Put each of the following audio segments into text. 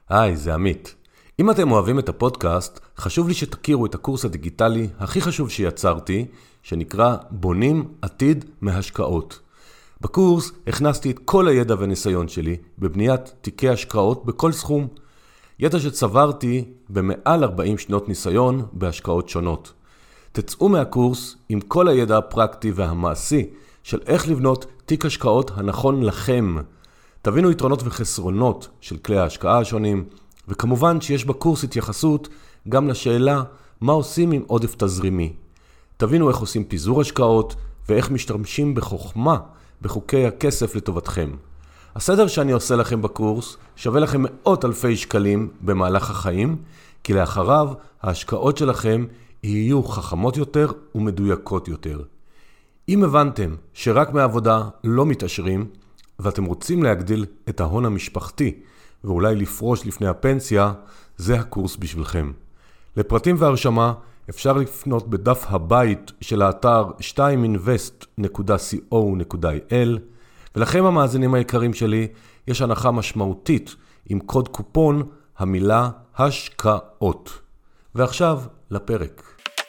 היי, זה עמית. אם אתם אוהבים את הפודקאסט, חשוב לי שתכירו את הקורס הדיגיטלי הכי חשוב שיצרתי, שנקרא בונים עתיד מהשקעות. בקורס הכנסתי את כל הידע וניסיון שלי בבניית תיקי השקעות בכל סכום. ידע שצברתי במעל 40 שנות ניסיון בהשקעות שונות. תצאו מהקורס עם כל הידע הפרקטי והמעשי של איך לבנות תיק השקעות הנכון לכם. תבינו יתרונות וחסרונות של כלי ההשקעה השונים, וכמובן שיש בקורס התייחסות גם לשאלה מה עושים עם עודף תזרימי. תבינו איך עושים פיזור השקעות ואיך משתמשים בחוכמה בחוקי הכסף לטובתכם. הסדר שאני עושה לכם בקורס שווה לכם מאות אלפי שקלים במהלך החיים, כי לאחריו ההשקעות שלכם יהיו חכמות יותר ומדויקות יותר. אם הבנתם שרק מהעבודה לא מתעשרים, ואתם רוצים להגדיל את ההון המשפחתי ואולי לפרוש לפני הפנסיה, זה הקורס בשבילכם. לפרטים והרשמה אפשר לפנות בדף הבית של האתר 2invest.co.il, ולכם המאזינים היקרים שלי יש הנחה משמעותית עם קוד קופון המילה השקעות. ועכשיו לפרק.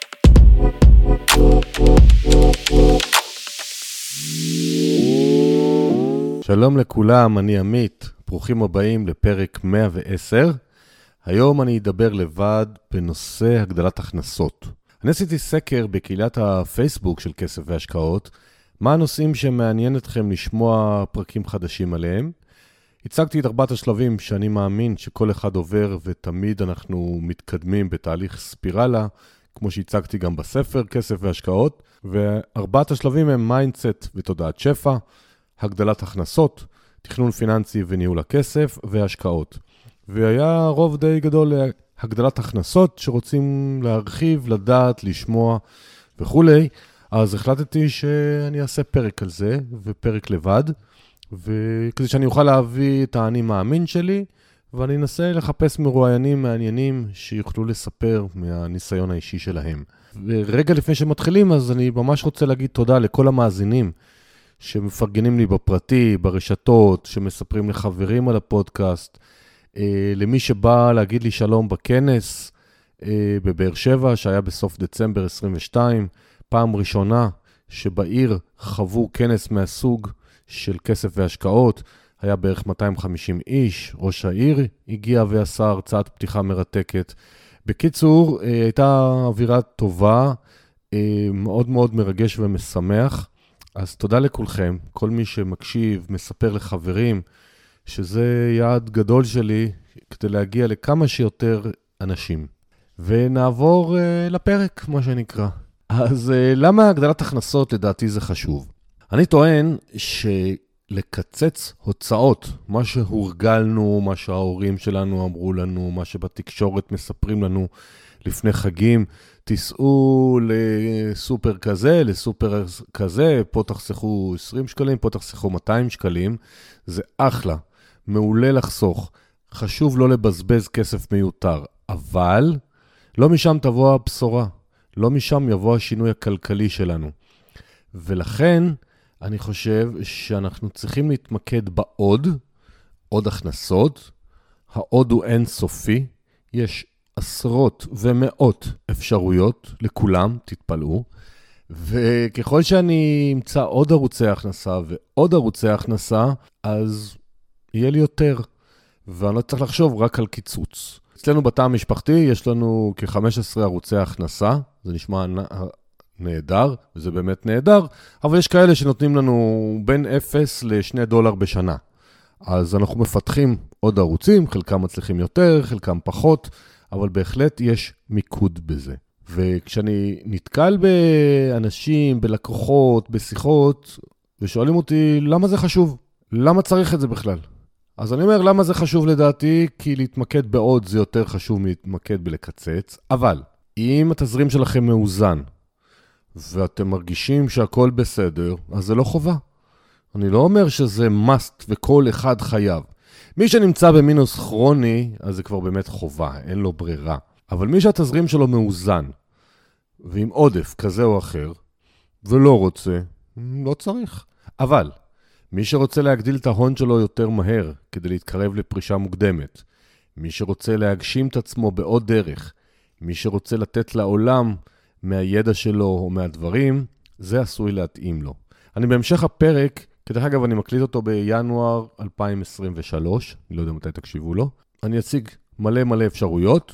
שלום לכולם, אני עמית, ברוכים הבאים לפרק 110. היום אני אדבר לבד בנושא הגדלת הכנסות. אני עשיתי סקר בקהילת הפייסבוק של כסף והשקעות, מה הנושאים שמעניין אתכם לשמוע פרקים חדשים עליהם. הצגתי את 4 השלבים שאני מאמין שכל אחד עובר ותמיד אנחנו מתקדמים בתהליך ספירלה, כמו שהצגתי גם בספר כסף והשקעות, ו4 השלבים הם מיינדסט ותודעת שפע, הגדלת הכנסות, תכנון פיננסי וניהול הכסף והשקעות. והיה רוב די גדול להגדלת הכנסות שרוצים להרחיב, לדעת, לשמוע וכו'. אז החלטתי שאני אעשה פרק על זה ופרק לבד, וכדי שאני אוכל להביא את האני מאמין שלי, ואני אנסה לחפש מרואיינים מעניינים שיוכלו לספר מהניסיון האישי שלהם. ורגע לפני שמתחילים, אז אני ממש רוצה להגיד תודה לכל המאזינים שמפרגנים לי בפרטי, ברשתות, שמספרים לחברים על הפודקאסט, למי שבא להגיד לי שלום בכנס בבאר שבע, שהיה בסוף דצמבר 22, פעם ראשונה שבעיר חוו כנס מהסוג של כסף והשקעות, היה בערך 250 איש, ראש העיר הגיע ועשה הרצאת פתיחה מרתקת. בקיצור, הייתה אווירה טובה, מאוד מאוד מרגש ומשמח. אז תודה לכולכם, כל מי שמקשיב, מספר לחברים, שזה יעד גדול שלי כדי להגיע לכמה שיותר אנשים. ונעבור לפרק, מה שנקרא. אז למה הגדלת הכנסות לדעתי זה חשוב? אני טוען שלקצץ הוצאות, מה שהורגלנו, מה שההורים שלנו אמרו לנו, מה שבתקשורת מספרים לנו לפני חגים, תיסעו לסופר כזה, לסופר כזה, פה תחסכו 20 שקלים, פה תחסכו 200 שקלים, זה אחלה, מעולה לחסוך, חשוב לא לבזבז כסף מיותר, אבל לא משם תבוא הבשורה, לא משם יבוא השינוי הכלכלי שלנו. ולכן אני חושב שאנחנו צריכים להתמקד עוד הכנסות, העוד הוא אינסופי, יש עשרות ומאות אפשרויות לכולם, תתפלאו, וככל שאני אמצא עוד ערוצי הכנסה ועוד ערוצי הכנסה, אז יהיה לי יותר, ואני לא צריך לחשוב רק על קיצוץ. אצלנו בתא המשפחתי יש לנו כ-15 ערוצי הכנסה, זה נשמע נהדר, וזה באמת נהדר, אבל יש כאלה שנותנים לנו בין 0 ל$2 בשנה. אז אנחנו מפתחים עוד ערוצים, חלקם מצליחים יותר, חלקם פחות, אבל בהחלט יש מיקוד בזה. וכשאני נתקל באנשים, בלקוחות, בשיחות, ושואלים אותי למה זה חשוב? למה צריך את זה בכלל? אז אני אומר למה זה חשוב לדעתי, כי להתמקד בעוד זה יותר חשוב מלהתמקד בלקצץ, אבל אם התזרים שלכם מאוזן, ואתם מרגישים שהכל בסדר, אז זה לא חובה. אני לא אומר שזה must וכל אחד חייב. מי שנמצא במינוס כרוני, אז זה כבר באמת חובה, אין לו ברירה. אבל מי שהתזרים שלו מאוזן, ועם עודף כזה או אחר, ולא רוצה, לא צריך. אבל מי שרוצה להגדיל את ההון שלו יותר מהר, כדי להתקרב לפרישה מוקדמת, מי שרוצה להגשים את עצמו בעוד דרך, מי שרוצה לתת לעולם מהידע שלו או מהדברים, זה עשוי להתאים לו. אני בהמשך הפרק, כדרך אגב אני מקליט אותו בינואר 2023, אני לא יודע מתי תקשיבו לו, אני אציג מלא אפשרויות,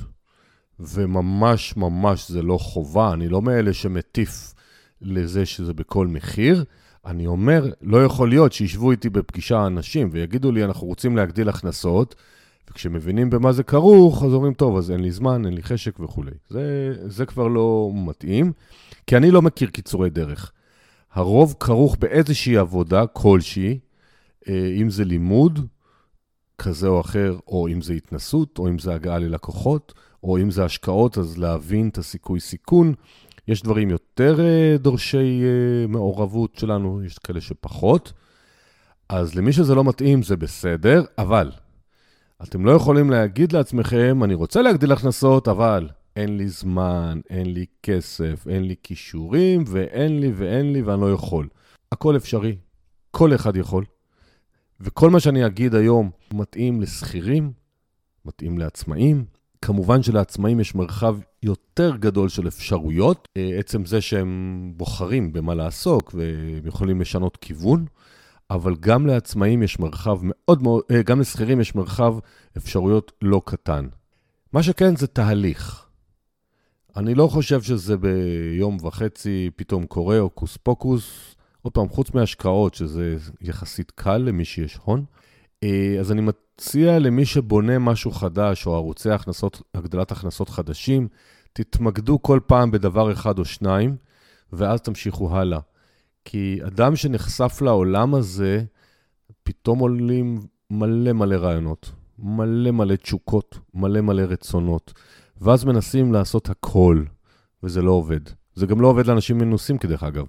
וממש זה לא חובה, אני לא מאלה שמטיף לזה שזה בכל מחיר, אני אומר, לא יכול להיות שישבו איתי בפגישה אנשים ויגידו לי, אנחנו רוצים להגדיל הכנסות, וכשמבינים במה זה כרוך, אז אומרים, טוב, אז אין לי זמן, אין לי חשק וכו'. זה כבר לא מתאים, כי אני לא מכיר קיצורי דרך. הרוב כרוך באיזושהי עבודה כלשהי, אם זה לימוד כזה או אחר, או אם זה התנסות, או אם זה הגעה ללקוחות, או אם זה השקעות, אז להבין את הסיכוי סיכון. יש דברים יותר דורשי מעורבות שלנו, יש כאלה שפחות. אז למי שזה לא מתאים זה בסדר, אבל אתם לא יכולים להגיד לעצמכם, אני רוצה להגדיל הכנסות, אבל אין לי זמן, אין לי כסף, אין לי כישורים, ואין לי, ואני לא יכול. הכל אפשרי, כל אחד יכול. וכל מה שאני אגיד היום מתאים לסחירים, מתאים לעצמאים. כמובן שלעצמאים יש מרחב יותר גדול של אפשרויות, עצם זה שהם בוחרים במה לעסוק, והם יכולים לשנות כיוון, אבל גם לעצמאים יש מרחב גם לסחירים יש מרחב אפשרויות לא קטן. מה שכן זה תהליך. אני לא חושב שזה ביום וחצי פתאום קורה או קוס פוקוס, עוד פעם, חוץ מהשקעות, שזה יחסית קל למי שיש הון. אז אני מציע למי שבונה משהו חדש, או ערוצי הגדלת הכנסות חדשים, תתמקדו כל פעם בדבר אחד או שניים, ואז תמשיכו הלאה. כי אדם שנחשף לעולם הזה, פתאום עולים מלא רעיונות, מלא תשוקות, מלא רצונות, ואז מנסים לעשות הכל, וזה לא עובד. זה גם לא עובד לאנשים מנוסים כדרך אגב.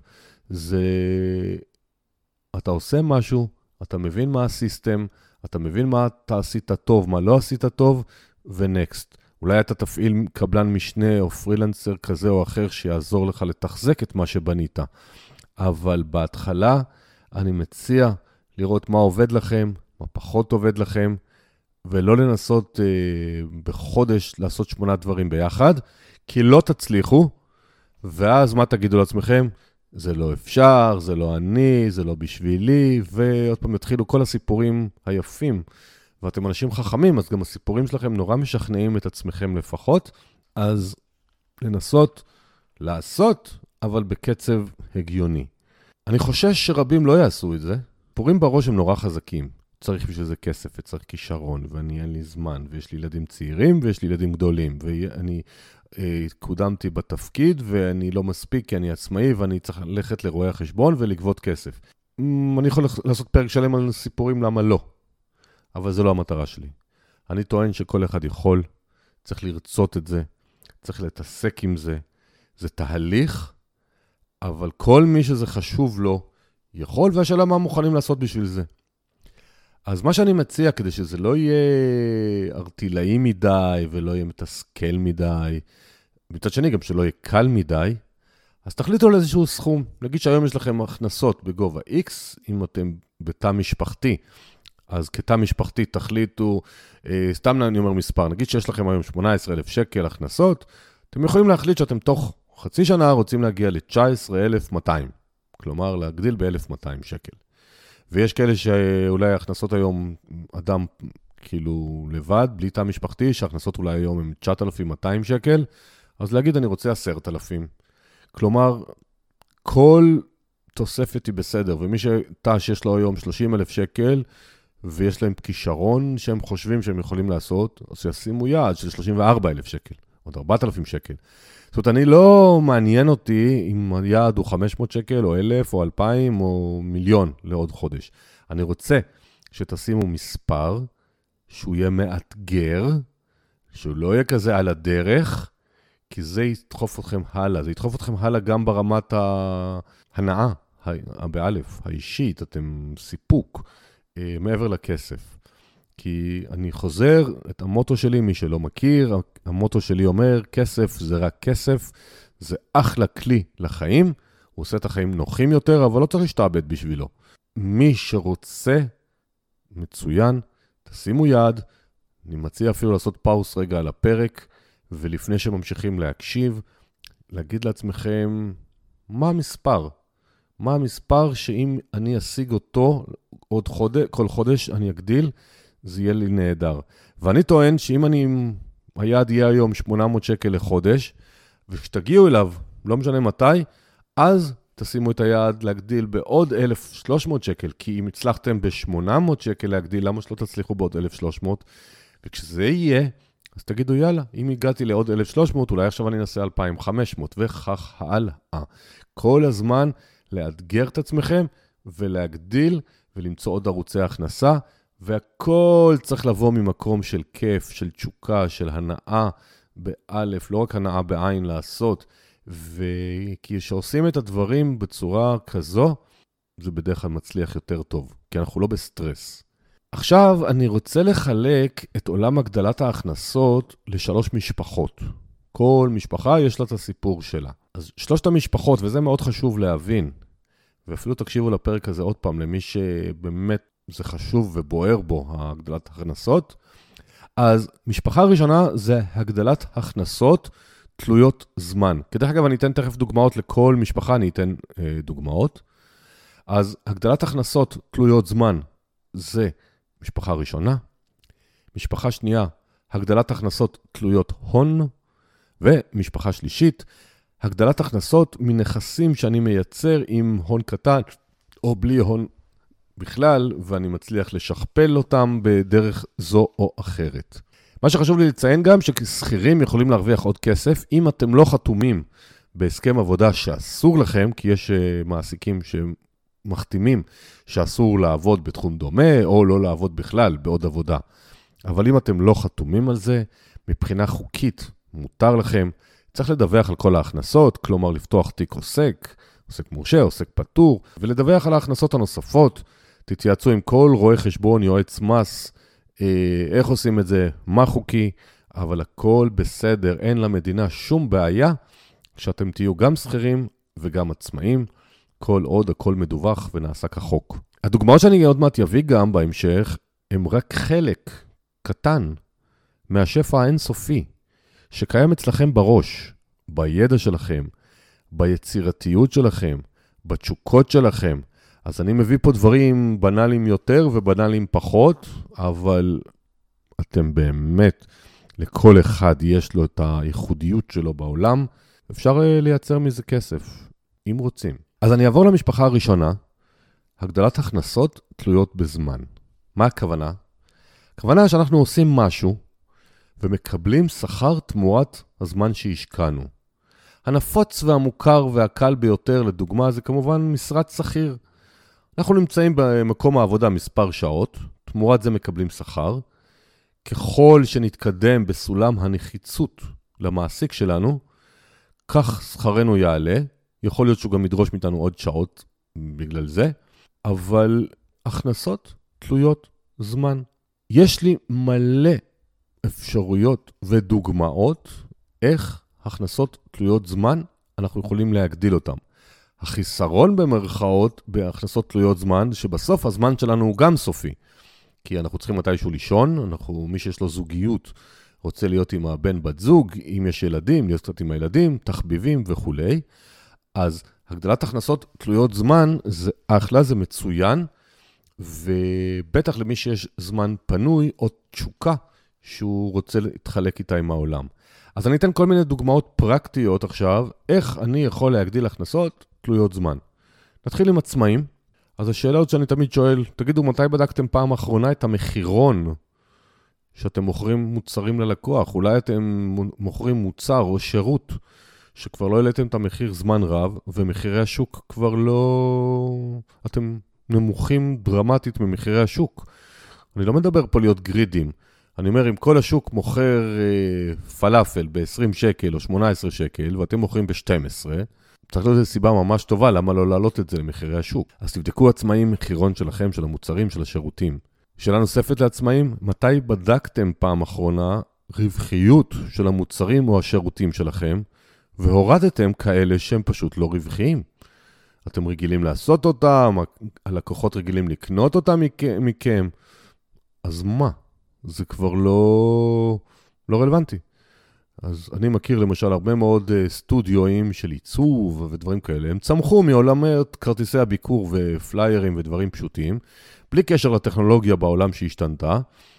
אתה עושה משהו, אתה מבין מה הסיסטם, אתה מבין מה אתה עשית טוב, מה לא עשית טוב, ונקסט. אולי אתה תפעיל קבלן משנה או פרילנסר כזה או אחר שיעזור לך לתחזק את מה שבנית. אבל בהתחלה אני מציע לראות מה עובד לכם, מה פחות עובד לכם, ולא לנסות בחודש לעשות 8 דברים ביחד, כי לא תצליחו, ואז מה תגידו לעצמכם? זה לא אפשר, זה לא אני, זה לא בשבילי, ועוד פעם יתחילו כל הסיפורים היפים, ואתם אנשים חכמים, אז גם הסיפורים שלכם נורא משכנעים את עצמכם לפחות, אז לנסות לעשות, אבל בקצב הגיוני. אני חושש שרבים לא יעשו את זה. סיפורים בראש הם נורא חזקים. צריך בשביל זה כסף וצריך כישרון, ואני אין לי זמן, ויש לי ילדים צעירים ויש לי ילדים גדולים, ואני קודמתי בתפקיד ואני לא מספיק כי אני עצמאי ואני צריך ללכת לרואי החשבון ולגבות כסף. אני יכול לעשות פרק שלם על סיפורים למה לא, אבל זה לא המטרה שלי. אני טוען שכל אחד יכול, צריך לרצות את זה, צריך להתעסק עם זה, זה תהליך, אבל כל מי שזה חשוב לו יכול, והשאלה מה מוכנים לעשות בשביל זה. אז מה שאני מציע, כדי שזה לא יהיה ארטילאי מדי, ולא יהיה מתסכל מדי, מצד שני גם שלא יהיה קל מדי, אז תחליטו על איזשהו סכום. נגיד שהיום יש לכם הכנסות בגובה X, אם אתם בתא משפחתי, אז כתא משפחתי תחליטו, סתם אני אומר מספר, נגיד שיש לכם היום 18,000 שקל הכנסות, אתם יכולים להחליט שאתם תוך חצי שנה רוצים להגיע ל-19,200, כלומר להגדיל ב-1,200 שקל. ויש כאלה שאולי ההכנסות היום, אדם כאילו לבד, בלי תא משפחתי, שההכנסות אולי היום הם 9,200 שקל, אז להגיד אני רוצה 10,000. כלומר, כל תוספת היא בסדר, ומי שתא שיש לו היום 30,000 שקל, ויש להם כישרון שהם חושבים שהם יכולים לעשות, אז ישימו יעד של 34,000 שקל, עוד 4,000 שקל. זאת אומרת, אני לא מעניין אותי אם היעד הוא 500 שקל, או 1,000, או 2,000, או מיליון לעוד חודש. אני רוצה שתשימו מספר, שהוא יהיה מאתגר, שהוא לא יהיה כזה על הדרך, כי זה ידחוף אתכם הלאה. זה ידחוף אתכם הלאה גם ברמת ההנאה, באלף, האישית, אתם סיפוק, מעבר לכסף. כי אני חוזר את המוטו שלי, מי שלא מכיר, המוטו שלי אומר, כסף זה רק כסף, זה אחלה כלי לחיים, הוא עושה את החיים נוחים יותר, אבל לא צריך להשתעבד בשבילו. מי שרוצה, מצוין, תשימו יד, אני מציע אפילו לעשות פאוס רגע על הפרק, ולפני שממשיכים להקשיב, להגיד לעצמכם, מה המספר? מה המספר שאם אני אשיג אותו עוד חודש, כל חודש אני אגדיל, זה יהיה לי נהדר. ואני טוען שאם היעד יהיה היום 800 שקל לחודש, וכשתגיעו אליו, לא משנה מתי, אז תשימו את היעד להגדיל בעוד 1,300 שקל, כי אם הצלחתם ב-800 שקל להגדיל, למה שלא תצליחו בעוד 1,300? וכשזה יהיה, אז תגידו, יאללה, אם הגעתי לעוד 1,300, אולי עכשיו אני אנסה 2,500, וכך הלאה. כל הזמן לאתגר את עצמכם, ולהגדיל, ולמצוא עוד ערוצי הכנסה, והכל צריך לבוא ממקום של כיף, של תשוקה, של הנאה באלף, לא רק הנאה בעין לעשות, וכי שעושים את הדברים בצורה כזו, זה בדרך כלל מצליח יותר טוב, כי אנחנו לא בסטרס. עכשיו אני רוצה לחלק את עולם הגדלת ההכנסות לשלוש משפחות. כל משפחה יש לה את הסיפור שלה. אז שלושת המשפחות, וזה מאוד חשוב להבין, ואפילו תקשיבו לפרק הזה עוד פעם, למי שבאמת זה חשוב ובוער בו, הגדלת הכנסות. אז משפחה ראשונה זה הגדלת הכנסות תלויות זמן. כדרך אגב, אני אתן תכף דוגמאות לכל משפחה, אני אתן דוגמאות. אז הגדלת הכנסות תלויות זמן זה משפחה ראשונה. משפחה שנייה, הגדלת הכנסות תלויות הון. ומשפחה שלישית, הגדלת הכנסות מנכסים שאני מייצר עם הון קטן או בלי הון בכלל, ואני מצליח לשכפל אותם בדרך זו או אחרת. מה שחשוב לי לציין גם שכשכירים יכולים להרוויח עוד כסף, אם אתם לא חתומים בהסכם עבודה שאסור לכם, כי יש מעסיקים שמחתימים שאסור לעבוד בתחום דומה, או לא לעבוד בכלל בעוד עבודה. אבל אם אתם לא חתומים על זה, מבחינה חוקית מותר לכם, צריך לדווח על כל ההכנסות, כלומר לפתוח תיק עוסק, עוסק מורשה, עוסק פטור, ולדווח על ההכנסות הנוספות. תתייעצו עם כל רואה חשבון, יועץ מס, איך עושים את זה, מה חוקי, אבל הכל בסדר, אין למדינה שום בעיה, שאתם תהיו גם שכירים וגם עצמאים, כל עוד הכל מדווח ונעשה כחוק. הדוגמאות שאני עוד מעט יביא גם בהמשך, הם רק חלק קטן מהשפע האינסופי, שקיים אצלכם בראש, בידע שלכם, ביצירתיות שלכם, בתשוקות שלכם. אז אני מביא פה דברים בנאליים יותר ובנאליים פחות, אבל אתם באמת, לכל אחד יש לו את הייחודיות שלו בעולם, אפשר לייצר מזה כסף, אם רוצים. אז אני אעבור למשפחה הראשונה, הגדלת הכנסות תלויות בזמן. מה הכוונה? הכוונה שאנחנו עושים משהו, ומקבלים שכר תמורת הזמן שהשקענו. הנפוץ והמוכר והקל ביותר, לדוגמה, זה כמובן משרת שכיר. אנחנו נמצאים במקום העבודה מספר שעות, תמורת זה מקבלים שכר. ככל שנתקדם בסולם הנחיצות למעסיק שלנו, כך שכרנו יעלה. יכול להיות שהוא גם ידרוש מאיתנו עוד שעות בגלל זה, אבל הכנסות תלויות זמן. יש לי מלא אפשרויות ודוגמאות איך הכנסות תלויות זמן אנחנו יכולים להגדיל אותם. החיסרון במרכאות בהכנסות תלויות זמן, שבסוף הזמן שלנו הוא גם סופי. כי אנחנו צריכים מתישהו לישון, מי שיש לו זוגיות רוצה להיות עם הבן בת זוג, אם יש ילדים, להיות קצת עם הילדים, תחביבים וכו'. אז הגדלת הכנסות תלויות זמן, האכלה זה מצוין, ובטח למי שיש זמן פנוי או תשוקה שהוא רוצה להתחלק איתה עם העולם. אז אני אתן כל מיני דוגמאות פרקטיות עכשיו, איך אני יכול להגדיל הכנסות תלויות זמן. נתחיל עם עצמאים. אז השאלה עוד שאני תמיד שואל, תגידו מתי בדקתם פעם אחרונה את המחירון שאתם מוכרים מוצרים ללקוח? אולי אתם מוכרים מוצר או שירות שכבר לא העליתם את המחיר זמן רב, ומחירי השוק כבר לא... אתם נמוכים דרמטית ממחירי השוק. אני לא מדבר פה להיות גרידים. אני אומר, אם כל השוק מוכר פלאפל ב-20 שקל או 18 שקל, ואתם מוכרים ב-12, צריך להיות סיבה ממש טובה, למה לא להעלות את זה למחירי השוק. אז תבדקו עצמאים מחירון שלכם, של המוצרים, של השירותים. שאלה נוספת לעצמאים, מתי בדקתם פעם אחרונה רווחיות של המוצרים או השירותים שלכם, והורדתם כאלה שהם פשוט לא רווחיים? אתם רגילים לעשות אותם, הלקוחות רגילים לקנות אותם מכם, אז מה? זה כבר לא רלוונטי. אז אני מכיר למשל הרבה מאוד סטודיואים של עיצוב ודברים כאלה. הם צמחו מעולמות כרטיסי הביקור ופליירים ודברים פשוטים, בלי קשר לטכנולוגיה בעולם שהשתנתה.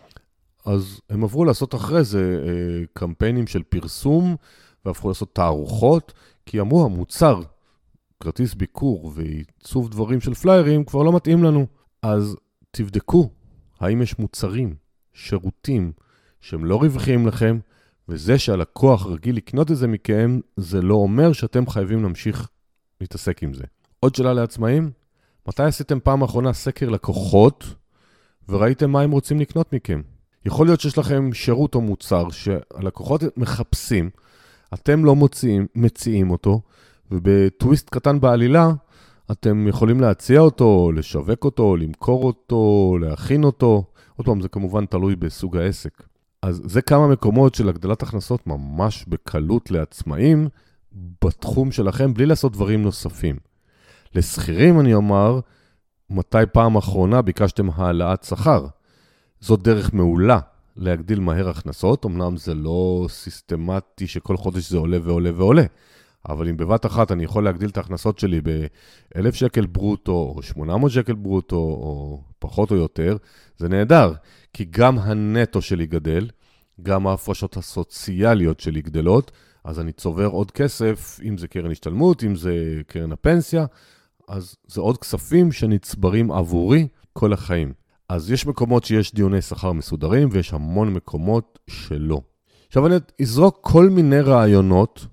אז הם עברו לעשות אחרי זה קמפיינים של פרסום, והפכו לעשות תערוכות, כי אמרו, המוצר, כרטיס ביקור ועיצוב דברים של פליירים, כבר לא מתאים לנו. אז תבדקו, האם יש מוצרים, שירותים, שהם לא רווחיים לכם, וזה שהלקוח רגיל לקנות את זה מכם, זה לא אומר שאתם חייבים להמשיך להתעסק עם זה. עוד שאלה לעצמאים, מתי עשיתם פעם האחרונה סקר לקוחות, וראיתם מה הם רוצים לקנות מכם? יכול להיות שיש לכם שירות או מוצר שהלקוחות מחפשים, אתם לא מציעים אותו, ובטוויסט קטן בעלילה, אתם יכולים להציע אותו, לשווק אותו, למכור אותו, להכין אותו. עוד פעם, זה כמובן תלוי בסוג העסק. אז זה כמה מקומות של הגדלת הכנסות ממש בקלות לעצמאים, בתחום שלכם, בלי לעשות דברים נוספים. לשכירים אני אומר, מתי פעם אחרונה ביקשתם העלאת שכר? זאת דרך מעולה להגדיל מהר הכנסות, אמנם זה לא סיסטמטי שכל חודש זה עולה ועולה ועולה, אבל אם בבת אחת אני יכול להגדיל את ההכנסות שלי ב-1,000 שקל ברוטו, או 800 שקל ברוטו, או פחות או יותר, זה נהדר, כי גם הנטו שלי גדל, גם ההפרשות הסוציאליות שלי גדלות, אז אני צובר עוד כסף, אם זה קרן השתלמות, אם זה קרן הפנסיה, אז זה עוד כספים שנצברים עבורי כל החיים. אז יש מקומות שיש דיוני שכר מסודרים, ויש המון מקומות שלא. עכשיו אני אזרוק כל מיני רעיונות,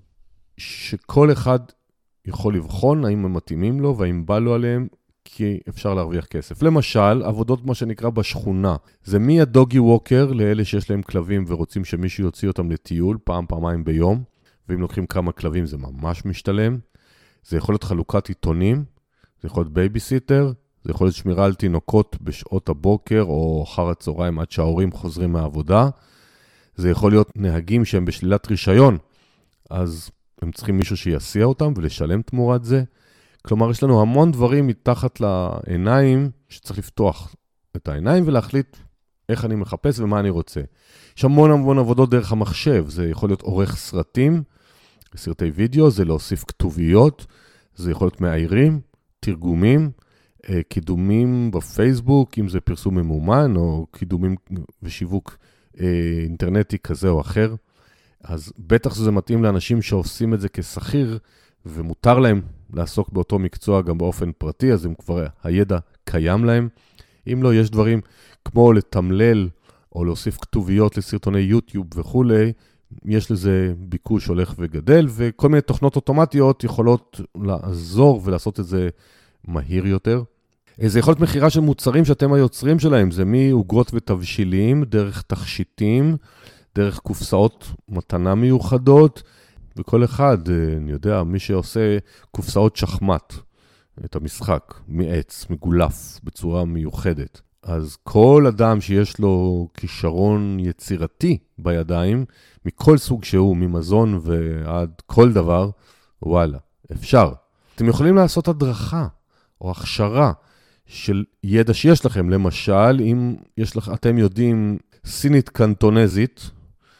שכל אחד יכול לבחון האם הם מתאימים לו, והאם בא לו עליהם, כי אפשר להרוויח כסף. למשל, עבודות מה שנקרא בשכונה. זה מהדוגי ווקר לאלה שיש להם כלבים, ורוצים שמישהו יוציא אותם לטיול, פעמיים ביום, ואם לוקחים כמה כלבים זה ממש משתלם. זה יכול להיות חלוקת עיתונים, זה יכול להיות בייביסיטר, זה יכול להיות שמירה על תינוקות בשעות הבוקר, או אחר הצהריים עד שההורים חוזרים מהעבודה. זה יכול להיות נהגים שהם בשלילת רישיון, אז הם צריכים מישהו שיסיע אותם ולשלם תמורת זה. כלומר, יש לנו המון דברים מתחת לעיניים, שצריך לפתוח את העיניים ולהחליט איך אני מחפש ומה אני רוצה. יש המון עבודות דרך המחשב, זה יכול להיות עורך סרטים, סרטי וידאו, זה להוסיף כתוביות, זה יכול להיות מאיירים, תרגומים, קידומים בפייסבוק, אם זה פרסום ממומן, או קידומים ושיווק אינטרנטי כזה או אחר. אז בטח שזה מתאים לאנשים שעושים את זה כשכיר, ומותר להם לעסוק באותו מקצוע גם באופן פרטי, אז אם כבר הידע קיים להם. אם לא, יש דברים כמו לתמלל, או להוסיף כתוביות לסרטוני יוטיוב וכו', יש לזה ביקוש הולך וגדל, וכל מיני תוכנות אוטומטיות יכולות לעזור ולעשות את זה מהיר יותר. זה יכול להיות מחירה של מוצרים שאתם היוצרים שלהם, זה מעוגות ותבשילים, דרך תכשיטים, דרך קופסאות מתנה מיוחדות, וכל אחד, אני יודע, מי שעושה קופסאות שחמט, את המשחק, מעץ, מגולף, בצורה מיוחדת. אז כל אדם שיש לו כישרון יצירתי בידיים, מכל סוג שהוא, ממזון ועד כל דבר, וואלה, אפשר. אתם יכולים לעשות הדרכה או הכשרה של ידע שיש לכם. למשל, אם אתם יודעים סינית קנטונזית,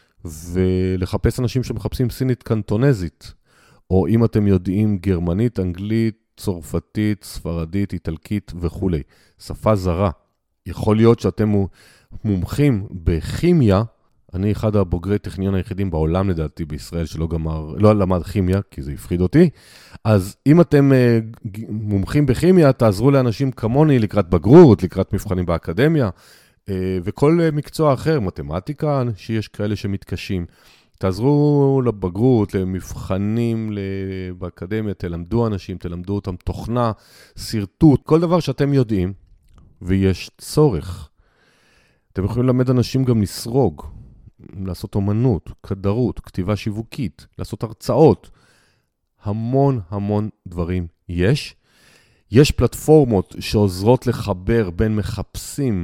ולחפש אנשים שמחפשים סינית קנטונזית, או אם אתם יודעים גרמנית, אנגלית, צרפתית, ספרדית, איטלקית וכו'. שפה זרה. יכול להיות שאתם מומחים בכימיה, אני אחד הבוגרי טכניון היחידים בעולם לדעתי בישראל לא למד כימיה, כי זה הפחיד אותי. אז אם אתם מומחים בכימיה, תעזרו לאנשים כמוני לקראת בגרות, לקראת מבחנים באקדמיה, וכל מקצוע אחר, מתמטיקה, שיש כאלה שמתקשים. תעזרו לבגרות, למבחנים באקדמיה, תלמדו אנשים, תלמדו אותם תוכנה, סרטוט, כל דבר שאתם יודעים, ויש צורך. אתם יכולים ללמד אנשים גם לסרוג, לעשות אומנות, כדרות, כתיבה שיווקית, לעשות הרצאות. המון דברים יש. יש פלטפורמות שעוזרות לחבר בין מחפשים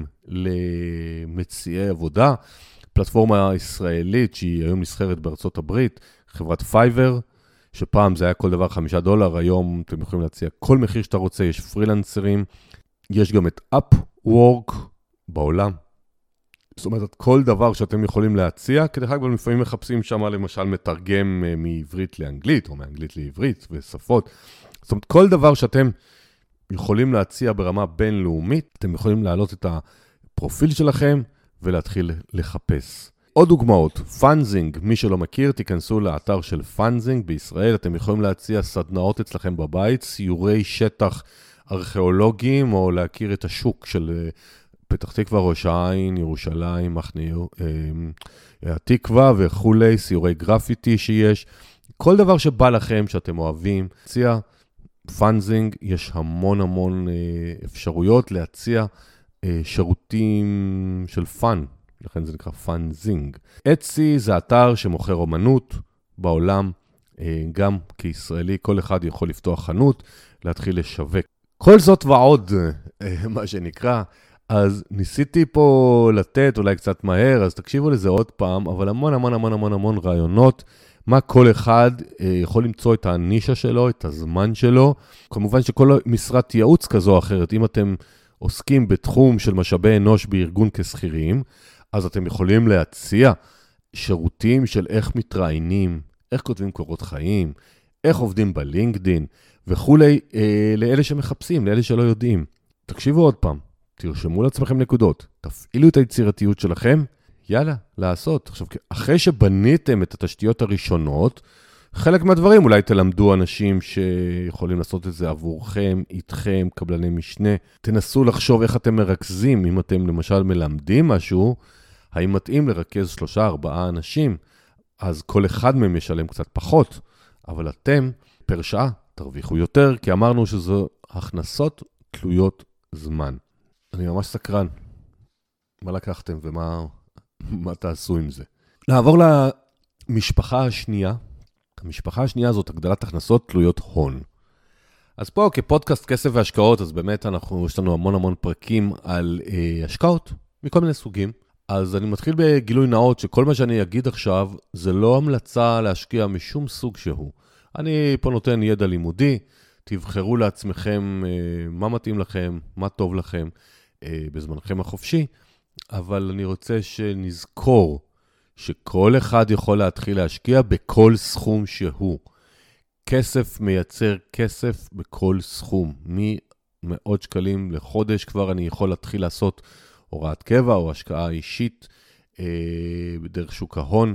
למציעי עבודה. פלטפורמה ישראלית שהיא היום נסחרת בארצות הברית, חברת פייבר, שפעם זה היה כל דבר $5, היום אתם יכולים להציע כל מחיר שאתה רוצה, יש פרילנסרים. יש גם את Upwork בעולם. זאת אומרת, כל דבר שאתם יכולים להציע, כדרך אגב, לפעמים מחפשים שם למשל מתרגם מעברית לאנגלית, או מאנגלית לעברית ושפות. זאת אומרת, כל דבר שאתם יכולים להציע ברמה בינלאומית, אתם יכולים להעלות את הפרופיל שלכם ולהתחיל לחפש. עוד דוגמאות, פאנזינג, מי שלא מכיר, תיכנסו לאתר של פאנזינג בישראל, אתם יכולים להציע סדנאות אצלכם בבית, סיורי שטח ארכיאולוגיים, או להכיר את השוק של פתח תקווה, ראש העין, ירושלים, מחנה התקווה וכולי, סיורי גרפיטי שיש, כל דבר שבא לכם שאתם אוהבים, להציע פאנזינג, יש המון אפשרויות להציע שירותים של פאן, לכן זה נקרא פאנזינג. אצי זה אתר שמוכר אומנות בעולם, גם כישראלי, כל אחד יכול לפתוח חנות, להתחיל לשווק. כל זאת ועוד, מה שנקרא, אז ניסיתי פה לתת אולי קצת מהר, אז תקשיבו לזה עוד פעם, אבל המון רעיונות, מה כל אחד יכול למצוא את הנישה שלו, את הזמן שלו. כמובן שכל משרת ייעוץ כזו או אחרת, אם אתם עוסקים בתחום של משאבי אנוש בארגון כסחירים, אז אתם יכולים להציע שירותים של איך מתראיינים, איך כותבים קורות חיים, איך עובדים בלינקדין וכולי, לאלה שמחפשים, לאלה שלא יודעים. תקשיבו עוד פעם, תרשמו לעצמכם נקודות, תפעילו את היצירתיות שלכם, יאללה, לעשות. עכשיו, אחרי שבניתם את התשתיות הראשונות, חלק מהדברים אולי תלמדו אנשים שיכולים לעשות את זה עבורכם, איתכם, קבלני משנה. תנסו לחשוב איך אתם מרכזים, אם אתם למשל מלמדים משהו, האם מתאים לרכז 3-4 אנשים, אז כל אחד מהם ישלם קצת פחות, אבל אתם פר שעה תרוויחו יותר, כי אמרנו שזו הכנסות תלויות זמן. אני ממש סקרן. מה לקחתם ומה תעשו עם זה? לעבור למשפחה השנייה. המשפחה השנייה זאת הגדלת הכנסות תלויות הון. אז פה כפודקאסט כסף והשקעות, אז באמת יש לנו המון פרקים על השקעות מכל מיני סוגים. אז אני מתחיל בגילוי נאות שכל מה שאני אגיד עכשיו זה לא המלצה להשקיע משום סוג שהוא. אני פה נותן ידע לימודי, תבחרו לעצמכם מה מתאים לכם, מה טוב לכם בזמנכם החופשי, אבל אני רוצה שנזכור שכל אחד יכול להתחיל להשקיע בכל סכום שהוא. כסף מייצר כסף בכל סכום. ממאות שקלים לחודש כבר אני יכול להתחיל לעשות הוראת קבע או השקעה אישית בדרך שוק ההון,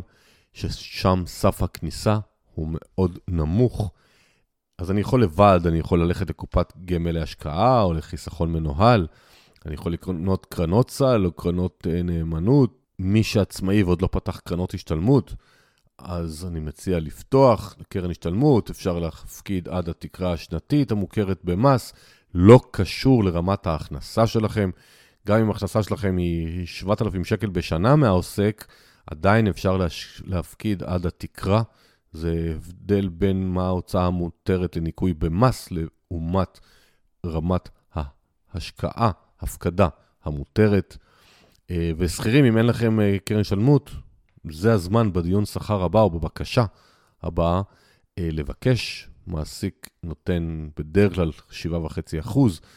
ששם סף הכניסה הוא מאוד נמוך. אז אני יכול לבד, אני יכול ללכת לקופת גמל להשקעה או לחיסכון מנוהל, אני יכול לקנות קרנות סל או קרנות נאמנות. מי שעצמאי ועוד לא פתח קרנות השתלמות, אז אני מציע לפתוח קרן השתלמות, אפשר להפקיד עד התקרה השנתית המוכרת במס, לא קשור לרמת ההכנסה שלכם, גם אם ההכנסה שלכם היא 7,000 שקל בשנה מהעוסק, עדיין אפשר להפקיד עד התקרה, זה הבדל בין מה ההוצאה המותרת לניקוי במס, לעומת רמת ההשקעה, הפקדה המותרת. וסחירים, אם אין לכם קרן השתלמות, זה הזמן בדיון שכר הבא או בבקשה הבאה לבקש. מעסיק נותן בדרך כלל 7.5%,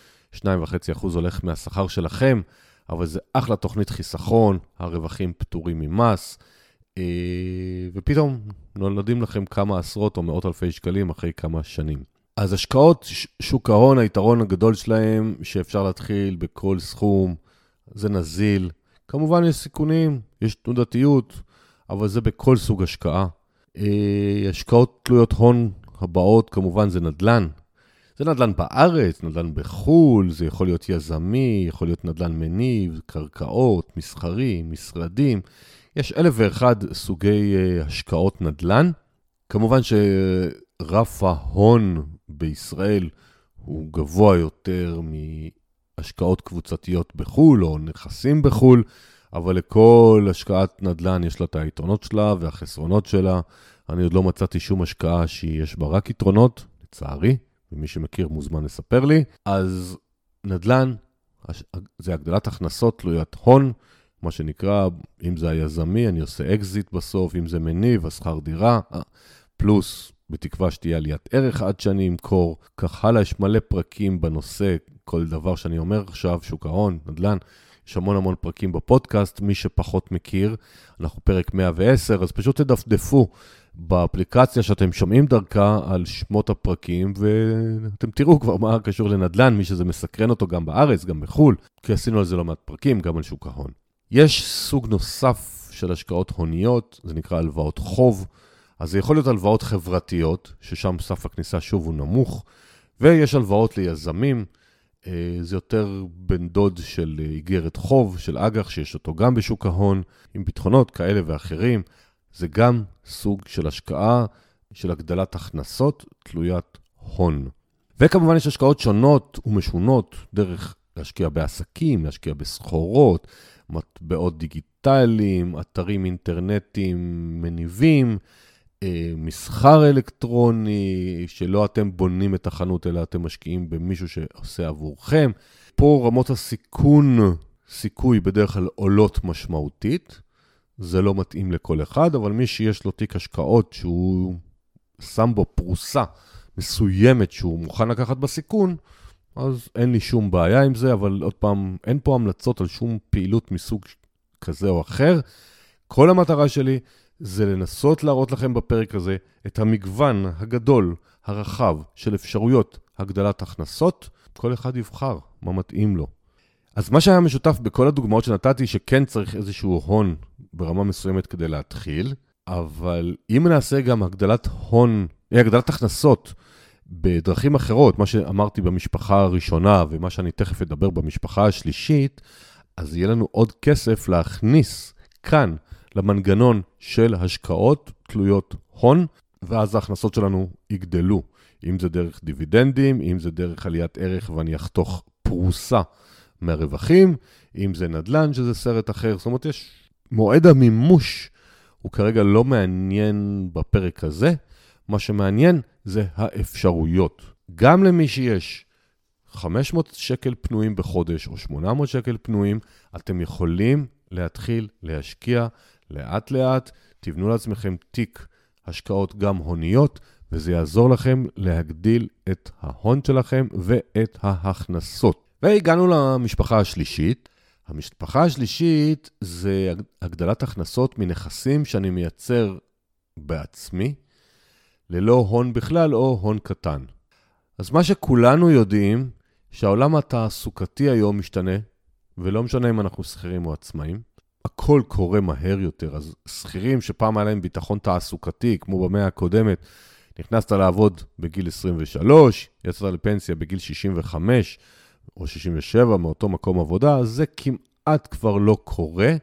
2.5% הולך מהשכר שלכם, אבל זה אחלה תוכנית חיסכון, הרווחים פטורים ממס, ופתאום נולדים לכם כמה עשרות או מאות אלפי שקלים אחרי כמה שנים. אז השקעות שוק ההון, היתרון הגדול שלהם שאפשר להתחיל בכל סכום, זה נזיל. כמובן יש סיכונים, יש תנודתיות, אבל זה בכל סוג השקעה. השקעות תלויות הון הבאות, כמובן זה נדל"ן. זה נדל"ן בארץ, נדל"ן בחול, זה יכול להיות יזמי, יכול להיות נדל"ן מניב, קרקעות, מסחרי, משרדים. יש 1,001 סוגי השקעות נדל"ן. כמובן שרף ההון בישראל הוא גבוה יותר השקעות קבוצתיות בחול או נכסים בחול, אבל לכל השקעת נדל"ן יש לה את היתרונות שלה והחסרונות שלה. אני עוד לא מצאתי שום השקעה שיש בה רק יתרונות, לצערי, ומי שמכיר מוזמן לספר לי. אז נדל"ן זה הגדלת הכנסות תלוית הון, מה שנקרא, אם זה היזמי, אני עושה אקזיט בסוף, אם זה מניב, השכר דירה, פלוס בתקווה שתהיה עליית ערך עד שאני אמכור. כך הלאה, יש מלא פרקים בנושא, כל דבר שאני אומר עכשיו, שוק ההון, נדל"ן, יש המון פרקים בפודקאסט, מי שפחות מכיר, אנחנו פרק 110, אז פשוט תדפדפו באפליקציה שאתם שומעים דרכה על שמות הפרקים, ואתם תראו כבר מה קשור לנדל"ן, מי שזה מסקרן אותו גם בארץ, גם בחול, כי עשינו על זה לא מעט פרקים, גם על שוק ההון. יש סוג נוסף של השקעות הוניות, זה נקרא הלוואות חוב, אז זה יכול להיות הלוואות חברתיות, ששם סף הכניסה שוב הוא נמוך, ויש הלוואות ליזמים, זה יותר בן דוד של איגרת חוב, של אג"ח, שיש אותו גם בשוק ההון, עם ביטחונות כאלה ואחרים, זה גם סוג של השקעה של הגדלת הכנסות תלוית הון. וכמובן יש השקעות שונות ומשונות, דרך להשקיע בעסקים, להשקיע בסחורות, מטבעות דיגיטליים, אתרים אינטרנטיים מניבים, מסחר אלקטרוני, שלא אתם בונים את החנות, אלא אתם משקיעים במישהו שעושה עבורכם. פה רמות סיכוי בדרך כלל עולות משמעותית, זה לא מתאים לכל אחד, אבל מי שיש לו תיק השקעות שהוא שם בו פרוסה מסוימת שהוא מוכן לקחת בסיכון, אז אין לי שום בעיה עם זה, אבל עוד פעם, אין פה המלצות על שום פעילות מסוג כזה או אחר. כל המטרה שלי זה לנסות להראות לכם בפרק הזה את המגוון הגדול, הרחב של אפשרויות הגדלת הכנסות, כל אחד יבחר מה מתאים לו. אז מה שהיה משותף בכל הדוגמאות שנתתי, שכן צריך איזשהו הון ברמה מסוימת כדי להתחיל, אבל אם נעשה גם הגדלת הכנסות בדרכים אחרות, מה שאמרתי במשפחה הראשונה ומה שאני תכף אדבר במשפחה השלישית, אז יהיה לנו עוד כסף להכניס כאן למנגנון של השקעות תלויות הון, ואז ההכנסות שלנו יגדלו. אם זה דרך דיבידנדים, אם זה דרך עליית ערך ואני אחתוך פרוסה מהרווחים, אם זה נדל"ן שזה סרט אחר. זאת אומרת, יש מועד המימוש, הוא כרגע לא מעניין בפרק הזה, מה שמעניין זה האפשרויות. גם למי שיש 500 שקל פנויים בחודש או 800 שקל פנויים, אתם יכולים להתחיל להשקיע לאט לאט, תבנו לעצמכם תיק השקעות גם הוניות, וזה יעזור לכם להגדיל את ההון שלכם ואת ההכנסות. והגענו למשפחה השלישית. המשפחה השלישית זה הגדלת הכנסות מנכסים שאני מייצר בעצמי, ללא הון בכלל או הון קטן. אז מה שכולנו יודעים, שהעולם התעסוקתי היום משתנה, ולא משנה אם אנחנו שכירים או עצמאים, הכל קורה מהר יותר. אז שכירים שפעם היה להם ביטחון תעסוקתי, כמו במאה הקודמת, נכנסת לעבוד בגיל 23, יצאת לפנסיה בגיל 65 או 67 מאותו מקום עבודה, אז זה כמעט כבר לא קורה,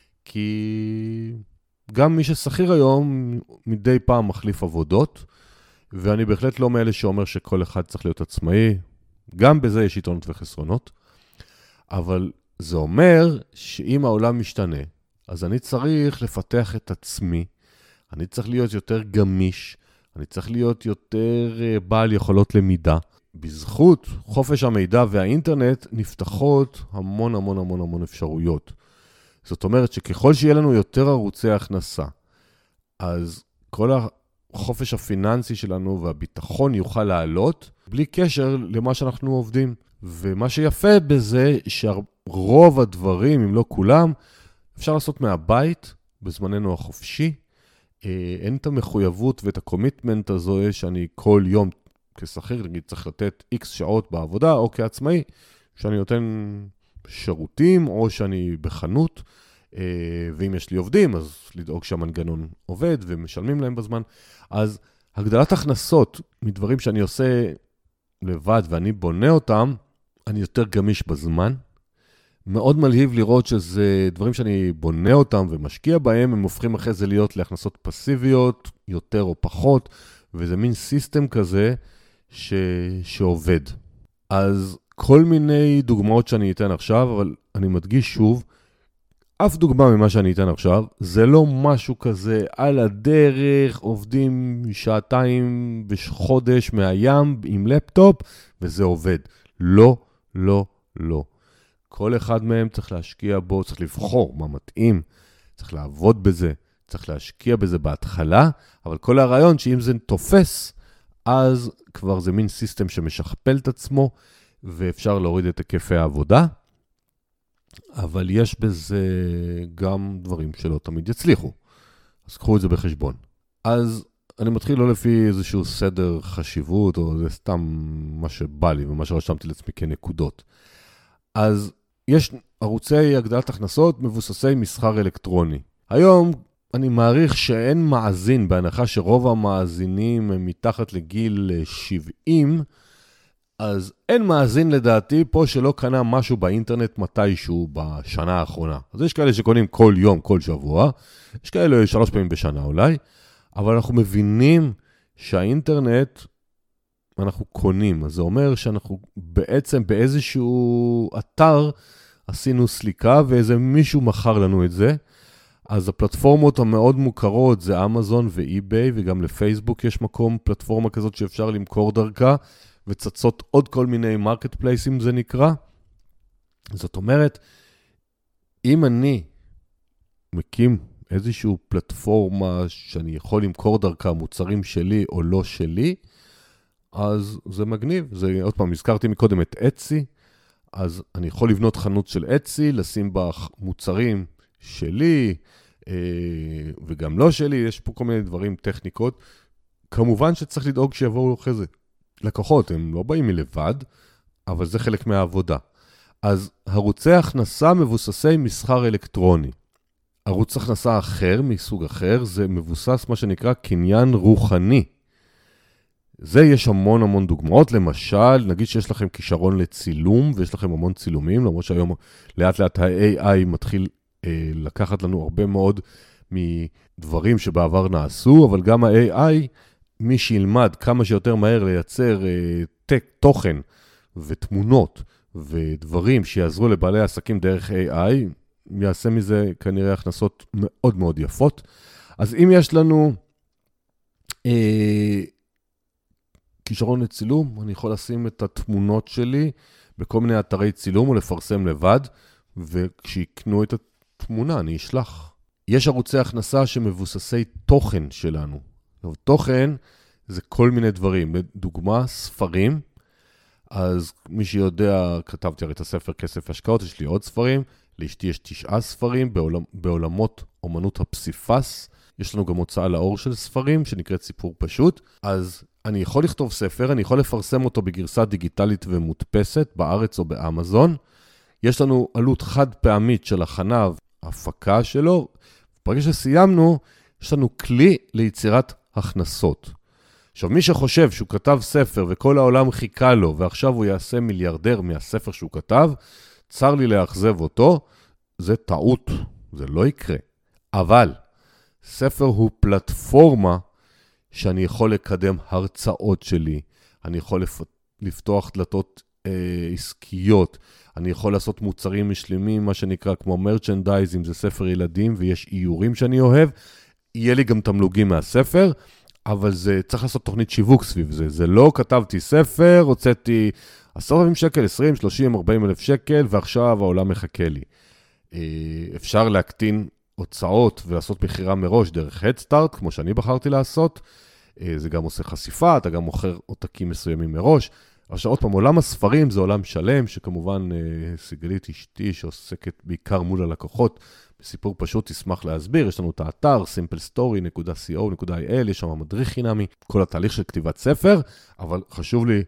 כי גם מי ששכיר היום מדי פעם מחליף עבודות, ואני בהחלט לא מאלה שאומר שכל אחד צריך להיות עצמאי, גם בזה יש יתרונות וחסרונות, אבל זה אומר שאם העולם משתנה, אז אני צריך לפתח את עצמי, אני צריך להיות יותר גמיש, אני צריך להיות יותר בעל יכולות למידה. בזכות חופש המידע והאינטרנט נפתחות המון אפשרויות. זאת אומרת שככל שיהיה לנו יותר ערוצי הכנסה, אז כל החופש הפיננסי שלנו והביטחון יוכל לעלות, בלי קשר למה שאנחנו עובדים. ומה שיפה בזה, שרוב הדברים, אם לא כולם, אפשר לעשות מהבית, בזמננו החופשי. אין את המחויבות ואת הקומיטמנט הזו, שאני כל יום כשכיר, נגיד, צריך לתת X שעות בעבודה, או כעצמאי, שאני נותן שירותים, או שאני בחנות, ואם יש לי עובדים, אז לדאוג שהמנגנון עובד, ומשלמים להם בזמן. אז הגדלת הכנסות מדברים שאני עושה לבד, ואני בונה אותם, אני יותר גמיש בזמן. מאוד מלהיב לראות שזה דברים שאני בונה אותם ומשקיע בהם, הם הופכים אחרי זה להיות להכנסות פסיביות, יותר או פחות, וזה מין סיסטם כזה שעובד. אז כל מיני דוגמאות שאני אתן עכשיו, אבל אני מדגיש שוב, אף דוגמה ממה שאני אתן עכשיו, זה לא משהו כזה על הדרך, עובדים שעתיים בחודש מהים עם לפטופ, וזה עובד. לא, לא, לא. כל אחד מהם צריך להשקיע בו, צריך לבחור מה מתאים, צריך לעבוד בזה, צריך להשקיע בזה בהתחלה, אבל כל הרעיון שאם זה תופס, אז כבר זה מין סיסטם שמשכפל את עצמו, ואפשר להוריד את היקפי העבודה. אבל יש בזה גם דברים שלא תמיד יצליחו. אז קחו את זה בחשבון. אז אני מתחיל לא לפי איזשהו סדר חשיבות, או זה סתם מה שבא לי ומה שרשמתי לעצמי כנקודות. אז יש ערוצי הגדלת הכנסות מבוססי מסחר אלקטרוני. היום אני מעריך שאין מאזין, בהנחה שרוב המאזינים הם מתחת לגיל 70, אז אין מאזין לדעתי פה שלא קנה משהו באינטרנט מתישהו בשנה האחרונה. אז יש כאלה שקונים כל יום, כל שבוע, יש כאלה 3 פעמים בשנה אולי, אבל אנחנו מבינים שהאינטרנט אנחנו קונים. אז זה אומר שאנחנו בעצם באיזשהו אתר עשינו סליקה ואיזה מישהו מכר לנו את זה. אז הפלטפורמות המאוד מוכרות זה אמזון ואי-ביי, וגם לפייסבוק יש מקום, פלטפורמה כזאת שאפשר למכור דרכה, וצצות עוד כל מיני מרקט פלייסים זה נקרא. זאת אומרת, אם אני מקים איזושהי פלטפורמה שאני יכול למכור דרכה מוצרים שלי או לא שלי, אז זה מגניב. זה, עוד פעם, הזכרתי מקודם את אצי, אז אני יכול לבנות חנות של אצי, לשים בה מוצרים שלי, וגם לא שלי, יש פה כל מיני דברים, טכניקות. כמובן שצריך לדאוג שיבואו אחרי זה לקוחות, הם לא באים מלבד, אבל זה חלק מהעבודה. אז ערוצי הכנסה מבוססי מסחר אלקטרוני. ערוץ הכנסה אחר, מסוג אחר, זה מבוסס מה שנקרא קניין רוחני. זה יש המון דוגמאות, למשל, נגיד שיש לכם כישרון לצילום, ויש לכם המון צילומים, למרות שהיום לאט לאט ה-AI מתחיל לקחת לנו הרבה מאוד מדברים שבעבר נעשו, אבל גם ה-AI, מי שילמד כמה שיותר מהר לייצר תוכן ותמונות ודברים שיעזרו לבעלי עסקים דרך AI, יעשה מזה כנראה הכנסות מאוד מאוד יפות. אז אם יש לנו כישרון לצילום, אני יכול לשים את התמונות שלי בכל מיני אתרי צילום ולפרסם לבד, וכשיקנו את התמונה אני אשלח. יש ערוצי הכנסה שמבוססי תוכן שלנו. תוכן זה כל מיני דברים, לדוגמה ספרים, אז מי שיודע, כתבתי הרי את הספר כסף השקעות, יש לי עוד ספרים, לאשתי יש 9 ספרים בעולמות אומנות הפסיפס, יש לנו גם הוצאה לאור של ספרים שנקראת סיפור פשוט, אז אני יכול לכתוב ספר, אני יכול לפרסם אותו בגרסה דיגיטלית ומודפסת בארץ או באמזון, יש לנו עלות חד פעמית של הכנה והפקה שלו, ברגע שסיימנו, יש לנו כלי ליצירת הכנסות. עכשיו, מי שחושב שהוא כתב ספר וכל העולם חיכה לו, ועכשיו הוא יעשה מיליארדר מהספר שהוא כתב, צר לי לאכזב אותו, זה טעות, זה לא יקרה. אבל ספר הוא פלטפורמה שאני יכול לקדם הרצאות שלי, אני יכול לפתוח דלתות עסקיות, אני יכול לעשות מוצרים משלימים, מה שנקרא כמו מרצ'נדייזים, זה ספר ילדים ויש איורים שאני אוהב, יהיה לי גם תמלוגים מהספר, אבל זה צריך לעשות תוכנית שיווק סביב זה. זה לא כתבתי ספר, הוצאתי 10,000 שקל, 20, 30, 40 אלף שקל, ועכשיו העולם מחכה לי. אפשר להקטין הוצאות ולעשות מחירה מראש דרך הדסטארט, כמו שאני בחרתי לעשות. זה גם עושה חשיפה, אתה גם מוכר עותקים מסוימים מראש. עכשיו עוד פעם, עולם הספרים זה עולם שלם, שכמובן סיגלית אשתי שעוסקת בעיקר מול הלקוחות, בסיפור פשוט תשמח להסביר, יש לנו את האתר simplestory.co.il, יש שם מדריך חינמי, כל התהליך של כתיבת ספר, אבל חשוב לי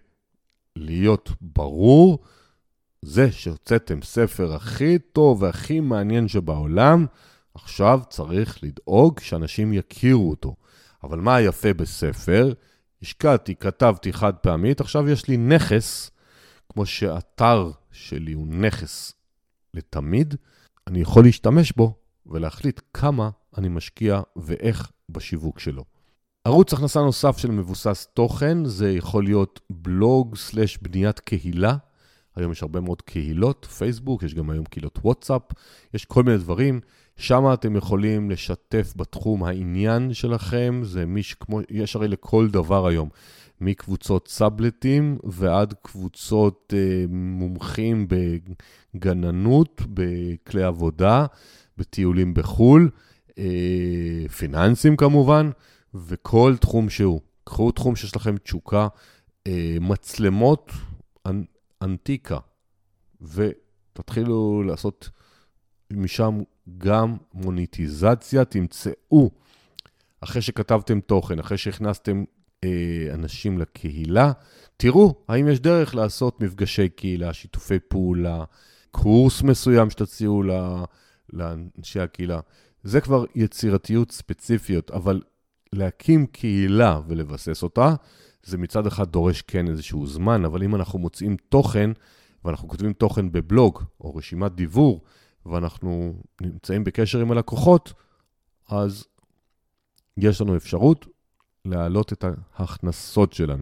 להיות ברור, זה שהוצאתם ספר הכי טוב והכי מעניין שבעולם, עכשיו צריך לדאוג שאנשים יכירו אותו. אבל מה היפה בספר? השקעתי, כתבתי חד פעמית, עכשיו יש לי נכס, כמו שאתר שלי הוא נכס לתמיד, אני יכול להשתמש בו ולהחליט כמה אני משקיע ואיך בשיווק שלו. ערוץ הכנסה נוסף של מבוסס תוכן, זה יכול להיות בלוג / בניית קהילה. היום יש הרבה מאוד קהילות, פייסבוק, יש גם היום קהילות וואטסאפ, יש כל מיני דברים. שם אתם יכולים לשתף בתחום העניין שלכם, זה כמו, יש הרי לכל דבר היום, מקבוצות סאבלטים ועד קבוצות מומחים בגננות, בכלי עבודה, בטיולים בחול, פיננסים כמובן, וכל תחום שהוא. קחו תחום שיש לכם תשוקה, מצלמות אנטיקה, תתחילו לעשות משם גם מוניטיזציה, תמצאו, אחרי שכתבתם תוכן, אחרי שהכנסתם אנשים לקהילה, תראו האם יש דרך לעשות מפגשי קהילה, שיתופי פעולה, קורס מסוים שתציעו לאנשי הקהילה. זה כבר יצירתיות ספציפיות, אבל להקים קהילה ולבסס אותה, זה מצד אחד דורש כן איזשהו זמן, אבל אם אנחנו מוצאים תוכן, ואנחנו כותבים תוכן בבלוג או רשימת דיבור, ואנחנו נמצאים בקשר עם הלקוחות, אז יש לנו אפשרות להעלות את ההכנסות שלנו.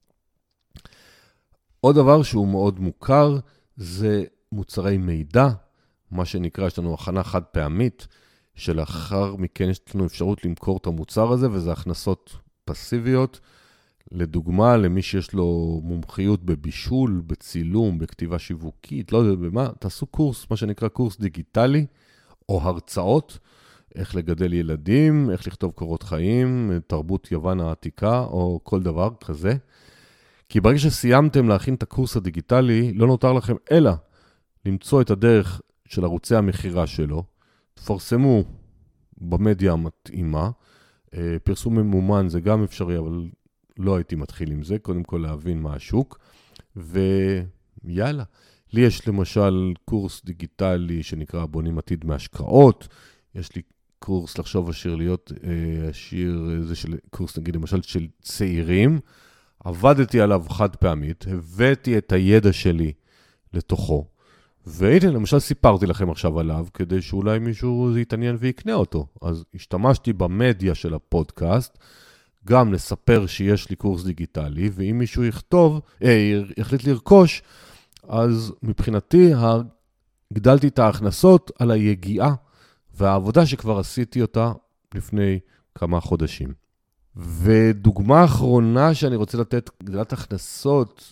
עוד דבר שהוא מאוד מוכר, זה מוצרי מידע, מה שנקרא, יש לנו הכנה חד פעמית, שלאחר מכן יש לנו אפשרות למכור את המוצר הזה, וזה הכנסות פסיביות. לדוגמה, למי שיש לו מומחיות בבישול, בצילום, בכתיבה שיווקית, לא יודע במה, תעשו קורס, מה שנקרא קורס דיגיטלי, או הרצאות, איך לגדל ילדים, איך לכתוב קורות חיים, תרבות יוון העתיקה, או כל דבר כזה. כי ברגע שסיימתם להכין את הקורס הדיגיטלי, לא נותר לכם אלא למצוא את הדרך של ערוצי המחירה שלו, תפרסמו במדיה המתאימה, פרסום ממומן זה גם אפשרי, אבל לא הייתי מתחיל עם זה, קודם כל להבין מה השוק, ויאללה. לי יש למשל קורס דיגיטלי שנקרא בונים עתיד מהשקעות, יש לי קורס לחשוב עשיר להיות עשיר, זה של קורס נגיד למשל של צעירים, עבדתי עליו חד פעמית, הבאתי את הידע שלי לתוכו, והנה למשל סיפרתי לכם עכשיו עליו, כדי שאולי מישהו יתעניין ויקנה אותו, אז השתמשתי במדיה של הפודקאסט, גם לספר שיש לי קורס דיגיטלי, ואם מישהו יחליט לרכוש, אז מבחינתי הגדלתי את ההכנסות על היגיעה, והעבודה שכבר עשיתי אותה לפני כמה חודשים. ודוגמה אחרונה שאני רוצה לתת, גדלת הכנסות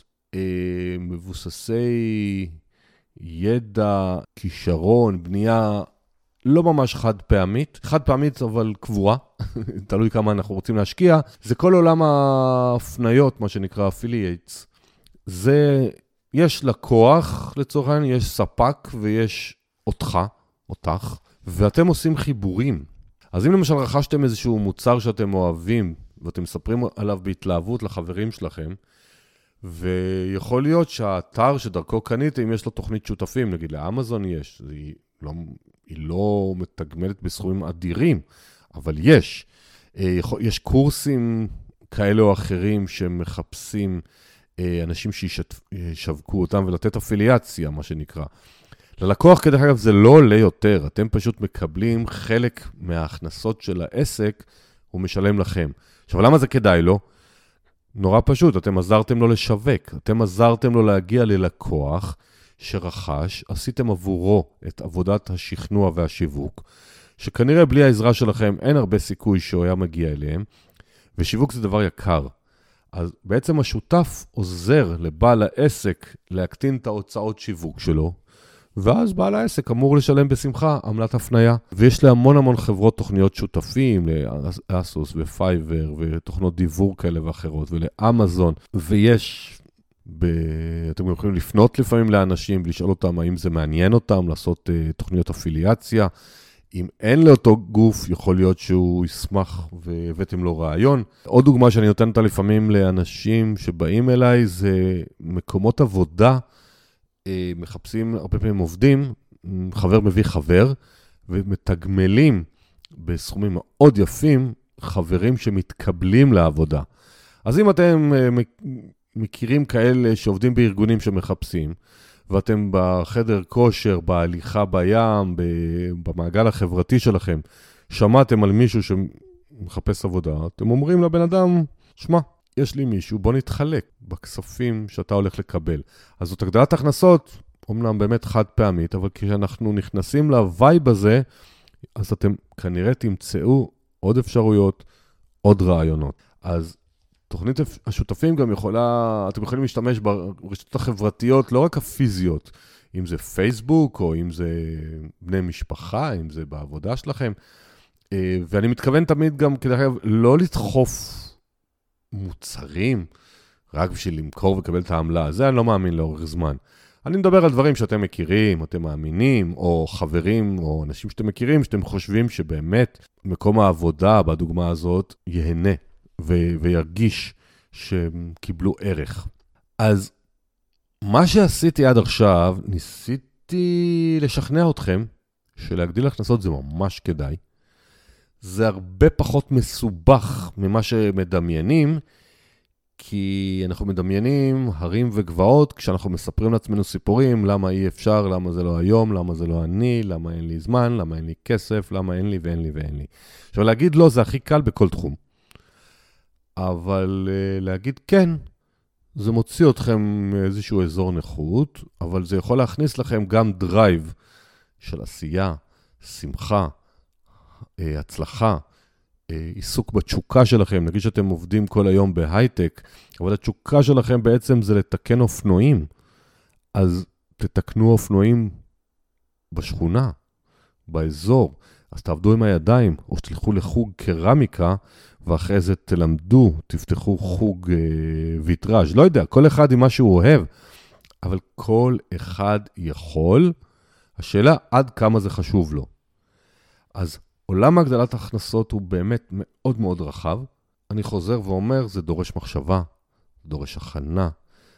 מבוססי ידע, כישרון, בנייה לא ממש חד פעמית, חד פעמית אבל קבועה, תלוי כמה אנחנו רוצים להשקיע, זה כל עולם ההפניות, מה שנקרא affiliates. זה, יש לקוח לצורך העניין, יש ספק ויש אותך, ואתם עושים חיבורים. אז אם למשל רכשתם איזשהו מוצר שאתם אוהבים, ואתם מספרים עליו בהתלהבות לחברים שלכם, ויכול להיות שהאתר שדרכו קניתם, יש לו תוכנית שותפים, נגיד לאמזון יש, היא לא מתגמלת בסכומים אדירים, אבל יש קורסים כאלה או אחרים שמחפשים אנשים שישווקו אותם ולתת אפיליאציה, מה שנקרא. ללקוח, כדרך אגב, זה לא עולה יותר, אתם פשוט מקבלים חלק מההכנסות של העסק, הוא משלם לכם. עכשיו, למה זה כדאי לו? נורא פשוט, אתם עזרתם לו לשווק, אתם עזרתם לו להגיע ללקוח שרכש, עשיתם עבורו את עבודת השכנוע והשיווק, שכנראה בלי העזרה שלכם אין הרבה סיכוי שהוא היה מגיע אליהם, ושיווק זה דבר יקר. אז בעצם השותף עוזר לבעל העסק להקטין את ההוצאות שיווק שלו, ואז בעל העסק אמור לשלם בשמחה עמלת הפנייה. ויש להמון חברות תוכניות שותפים, לאסוס ופייבר ותוכנות דיבור כאלה ואחרות, ולאמזון, ויש, אתם יכולים לפנות לפעמים לאנשים ולשאול אותם האם זה מעניין אותם לעשות תוכניות אפיליאציה. אם אין לאותו גוף, יכול להיות שהוא ישמח והבאתם לו רעיון. עוד דוגמה שאני נותן אותה לפעמים לאנשים שבאים אליי, זה מקומות עבודה, מחפשים, הרבה פעמים עובדים, חבר מביא חבר, ומתגמלים בסכומים מאוד יפים, חברים שמתקבלים לעבודה. אז אם אתם מכירים כאלה שעובדים בארגונים שמחפשים, ואתם בחדר כושר, בהליכה בים, במעגל החברתי שלכם, שמעתם על מישהו שמחפש עבודה, אתם אומרים לבן אדם, שמע, יש לי מישהו, בוא נתחלק בכספים שאתה הולך לקבל. אז זאת הגדלת הכנסות, אומנם באמת חד פעמית, אבל כשאנחנו נכנסים לווייב הזה, אז אתם כנראה תמצאו עוד אפשרויות, עוד רעיונות. אז תוכנית השותפים גם אתם יכולים להשתמש ברשתות החברתיות, לא רק הפיזיות, אם זה פייסבוק, או אם זה בני משפחה, אם זה בעבודה שלכם. ואני מתכוון תמיד גם כדי לא לדחוף מוצרים, רק בשביל למכור וקבל את העמלה. זה אני לא מאמין לאורך זמן. אני מדבר על דברים שאתם מכירים, אתם מאמינים, או חברים, או אנשים שאתם מכירים, שאתם חושבים שבאמת מקום העבודה, בדוגמה הזאת, ייהנה וירגיש שהם קיבלו ערך. אז מה שעשיתי עד עכשיו, ניסיתי לשכנע אתכם שלהגדיל הכנסות זה ממש כדאי. זה הרבה פחות מסובך ממה שמדמיינים, כי אנחנו מדמיינים הרים וגבעות כשאנחנו מספרים לעצמנו סיפורים, למה אי אפשר, למה זה לא היום, למה זה לא אני, למה אין לי זמן, למה אין לי כסף, למה אין לי ואין לי ואין לי. עכשיו להגיד לא זה הכי קל בכל תחום. אבל להגיד כן, זה מוציא אתכם מאיזשהו אזור נוחות, אבל זה יכול להכניס לכם גם דרייב של עשייה, שמחה, הצלחה, עיסוק בתשוקה שלכם. נגיד שאתם עובדים כל היום בהייטק, אבל התשוקה שלכם בעצם זה לתקן אופנועים. אז תתקנו אופנועים בשכונה, באזור. אז תעבדו עם הידיים, או שתלכו לחוג קרמיקה, ואחרי זה תלמדו, תפתחו חוג ויטראז'. לא יודע, כל אחד עם מה שהוא אוהב, אבל כל אחד יכול. השאלה עד כמה זה חשוב לו. אז עולם הגדלת ההכנסות הוא באמת מאוד מאוד רחב. אני חוזר ואומר, זה דורש מחשבה, דורש הכנה.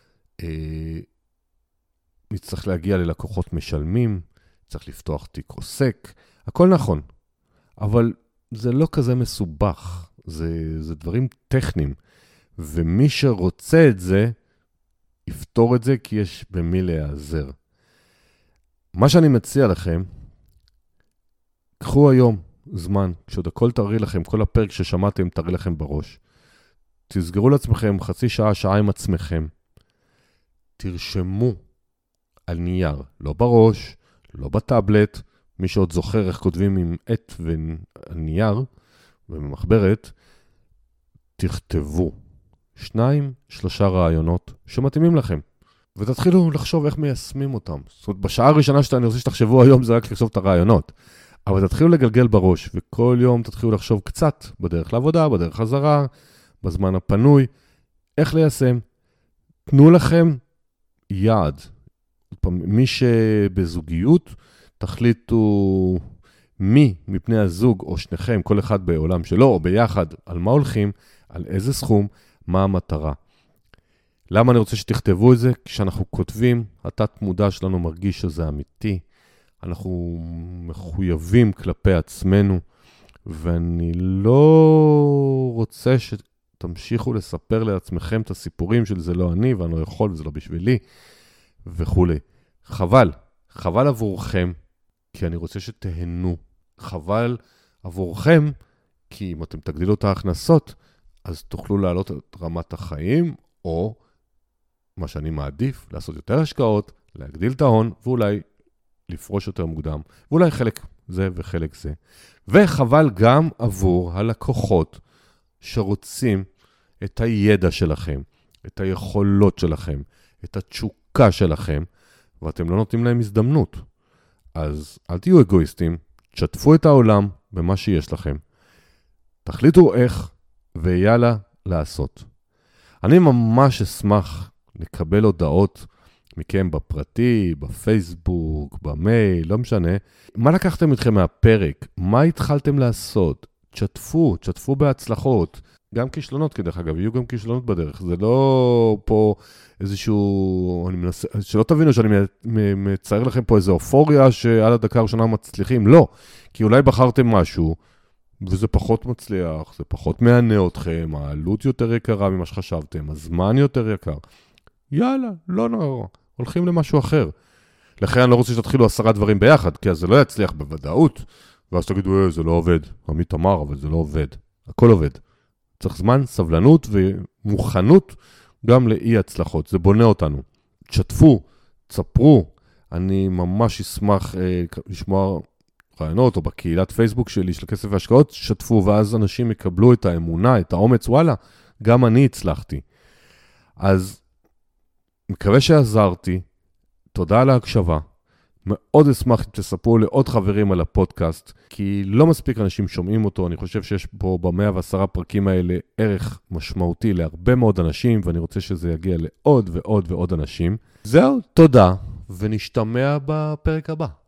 נצטרך להגיע ללקוחות משלמים, צריך לפתוח תיק עוסק, הכל נכון. אבל זה לא כזה מסובך, זה דברים טכניים. ומי שרוצה את זה, יפתור את זה כי יש במי להיעזר. מה שאני מציע לכם, קחו היום זמן, כשעוד הכל תראי לכם, כל הפרק ששמעתם תראי לכם בראש. תסגרו לעצמכם חצי שעה, שעה עם עצמכם. תרשמו על נייר, לא בראש, לא בטאבלט, מי שעוד זוכר איך כותבים עם עט ונייר ומחברת, תכתבו 2-3 רעיונות שמתאימים לכם. ותתחילו לחשוב איך מיישמים אותם. זאת אומרת, בשעה הראשונה שאני רוצה שתחשבו היום זה רק לחשוב את הרעיונות. אבל תתחילו לגלגל בראש, וכל יום תתחילו לחשוב קצת בדרך לעבודה, בדרך חזרה, בזמן הפנוי, איך ליישם. תנו לכם יעד. מי שבזוגיות, תחליטו מי מפני הזוג או שניכם, כל אחד בעולם שלו או ביחד, על מה הולכים, על איזה סכום, מה המטרה. למה אני רוצה שתכתבו את זה? כשאנחנו כותבים, התת מודע שלנו מרגיש שזה אמיתי, אנחנו מחויבים כלפי עצמנו, ואני לא רוצה שתמשיכו לספר לעצמכם את הסיפורים של זה לא אני, ואני לא יכול וזה לא בשבילי, וכו'. חבל עבורכם, כי אני רוצה שתהנו. חבל עבורכם, כי אם אתם תגדילו את ההכנסות, אז תוכלו לעלות את רמת החיים, או מה שאני מעדיף, לעשות יותר השקעות, להגדיל את ההון, ואולי לפרוש יותר מוקדם, ואולי חלק זה וחלק זה. וחבל גם עבור הלקוחות שרוצים את הידע שלכם, את היכולות שלכם, את התשוקה שלכם, ואתם לא נותנים להם הזדמנות. אז אל תהיו אגואיסטים, תשתפו את העולם במה שיש לכם. תחליטו איך ויאללה לעשות. אני ממש אשמח לקבל הודעות מכם בפרטי, בפייסבוק, במייל, לא משנה. מה לקחתם אתכם מהפרק? מה התחלתם לעשות? תשתפו בהצלחות. גם כישלונות, כדרך אגב, יהיו גם כישלונות בדרך. זה לא פה איזשהו, אני מנסה, שלא תבינו שאני מצייר לכם פה איזו אופוריה שעל הדקה הראשונה מצליחים. לא, כי אולי בחרתם משהו, וזה פחות מצליח, זה פחות מענה אתכם, העלות יותר יקרה ממה שחשבתם, הזמן יותר יקר. יאללה, לא נורא, הולכים למשהו אחר. לכן אני לא רוצה שתתחילו 10 דברים ביחד, כי אז זה לא יצליח בוודאות, ואז תגידו, זה לא עובד. עמית אמר, אבל זה לא עובד. הכל עובד. צריך זמן, סבלנות ומוכנות גם לאי הצלחות. זה בונה אותנו. תשתפו, תספרו. אני ממש אשמח לשמוע רעיונות, או בקהילת פייסבוק שלי של כסף והשקעות, שתפו, ואז אנשים יקבלו את האמונה, את האומץ, וואלה, גם אני הצלחתי. אז מקווה שעזרתי, תודה על ההקשבה, מאוד אשמח אם תספרו לעוד חברים על הפודקאסט, כי לא מספיק אנשים שומעים אותו, אני חושב שיש פה ב110 פרקים האלה ערך משמעותי להרבה מאוד אנשים, ואני רוצה שזה יגיע לעוד ועוד ועוד אנשים. זהו, תודה, ונשתמע בפרק הבא.